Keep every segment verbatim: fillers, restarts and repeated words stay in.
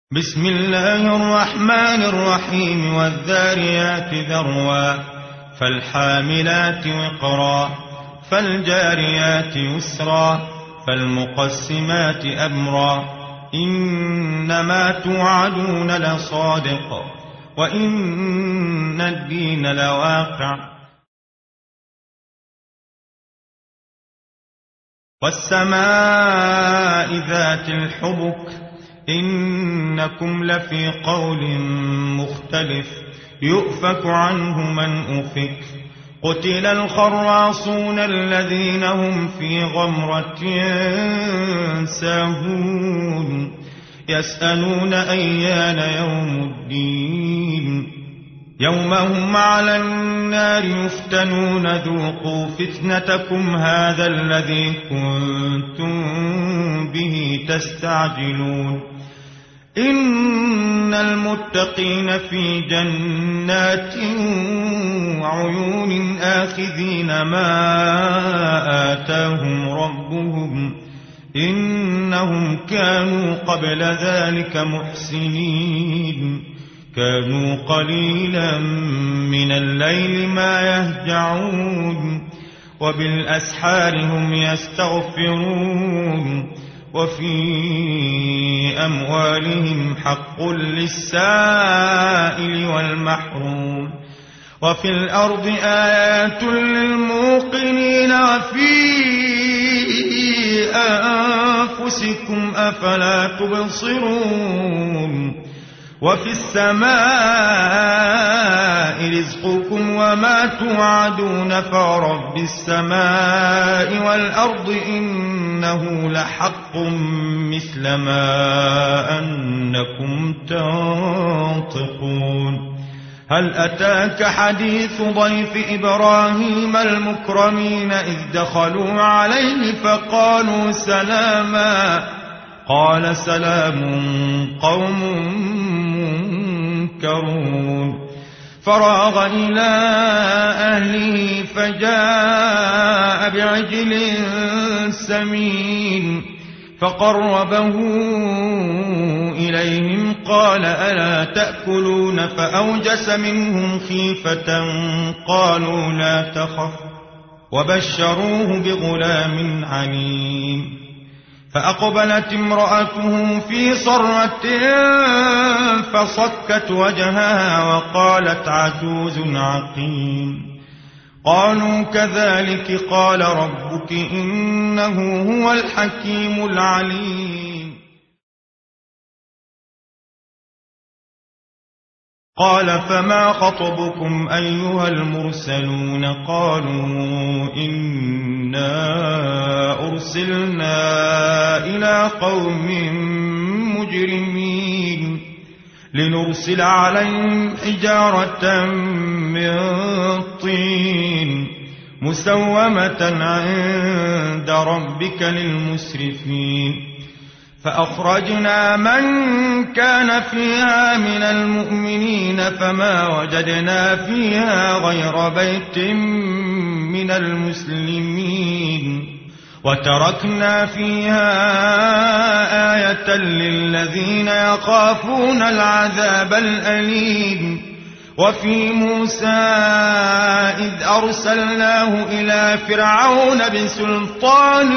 بسم الله الرحمن الرحيم والذاريات ذروا فالحاملات وقرا فالجاريات يسرا فالمقسمات أمرا إنما توعدون لصادق وإن الدين لواقع والسماء ذات الحبك إنكم لفي قول مختلف يؤفك عنه من أفك قتل الخراصون الذين هم في غمرة ساهون يسألون أيان يوم الدين يوم هم على النار يفتنون ذوقوا فتنتكم هذا الذي كنتم به تستعجلون إن المتقين في جنات وعيون آخذين ما آتاهم ربهم إنهم كانوا قبل ذلك محسنين كانوا قليلا من الليل ما يهجعون وبالأسحار هم يستغفرون وفي أموالهم حق للسائل والمحروم وفي الأرض آيات للموقنين وفي أنفسكم أفلا تبصرون وفي السماء رزقكم وما توعدون فرب السماء والأرض إنه لحق مثل ما أنكم تنطقون هل أتاك حديث ضيف إبراهيم المكرمين إذ دخلوا عليه فقالوا سلاما قال سلام قوم منكرون فراغ إلى أهله فجاء بعجل سمين فقربه إليهم قال ألا تأكلون فأوجس منهم خيفة قالوا لا تخف وبشروه بغلام عليم فأقبلت امرأته في صرة فصكت وجهها وقالت عجوز عقيم قالوا كذلك قال ربك إنه هو الحكيم العليم قال فما خطبكم أيها المرسلون قالوا إنا أرسلنا إلى قوم مجرمين لنرسل عليهم حجارة من طين مسومة عند ربك للمسرفين فأخرجنا من كان فيها من المؤمنين فما وجدنا فيها غير بيت من المسلمين وتركنا فيها آية للذين يخافون العذاب الأليم وفي موسى إذ أرسلناه إلى فرعون بسلطان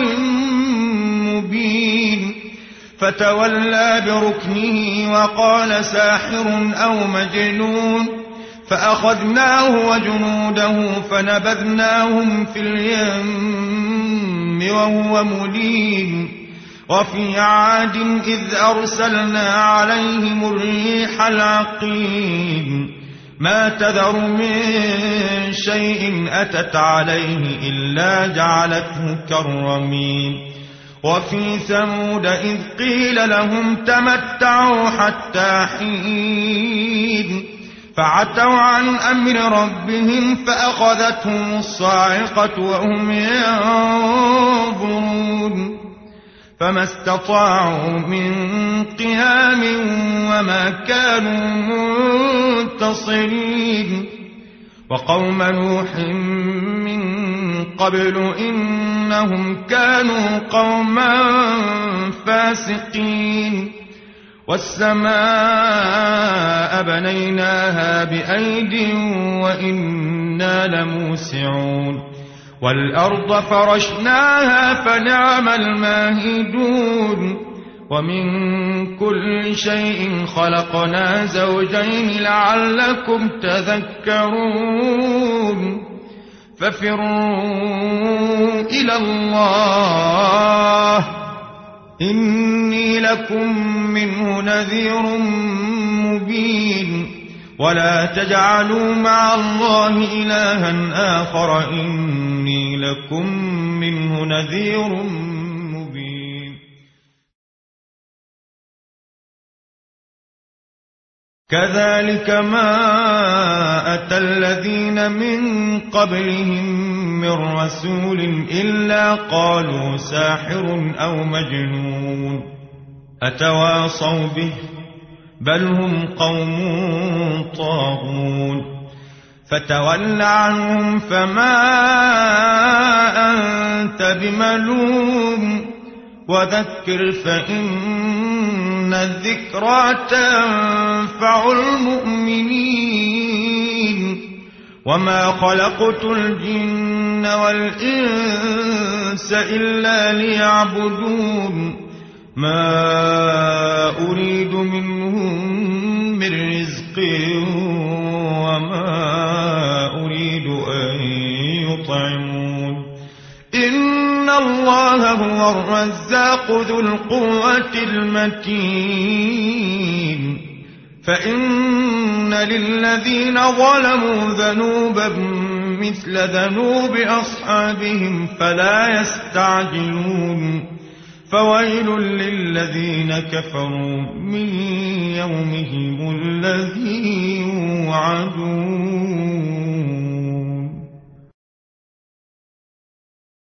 مبين فتولى بركنه وقال ساحر أو مجنون فأخذناه وجنوده فنبذناهم في اليم وهو مليم وفي عاد إذ أرسلنا عليهم الريح العقيم ما تذر من شيء أتت عليه إلا جعلته كالرميم وفي ثمود إذ قيل لهم تمتعوا حتى حين فعتوا عن أمر ربهم فأخذتهم الصاعقة وهم ينظرون فما استطاعوا من قيام وما كانوا منتصرين وقوم نوح من قبل إنهم كانوا قوما فاسقين والسماء بنيناها بأيد وإنا لموسعون والأرض فرشناها فنعم الماهدون ومن كل شيء خلقنا زوجين لعلكم تذكرون ففروا إلى الله إني لكم منه نذير مبين ولا تجعلوا مع الله إلها آخر إني لكم منه نذير مبين كذلك ما أتى الذين من قبلهم من رسول إلا قالوا ساحر أو مجنون أتواصوا به بل هم قوم طاغون فتول عنهم فما أنت بملوم وذكر فإن الذكرى تنفع المؤمنين وما خلقت الجن والإنس إلا ليعبدون ما أريد منهم من رزق وما أريد أن يطعمون إن الله هو الرزاق ذو القوة المتين فإن للذين ظلموا ذنوبا مثل ذنوب أصحابهم فلا يستعجلون فويل للذين كفروا من يومهم الذي يوعدون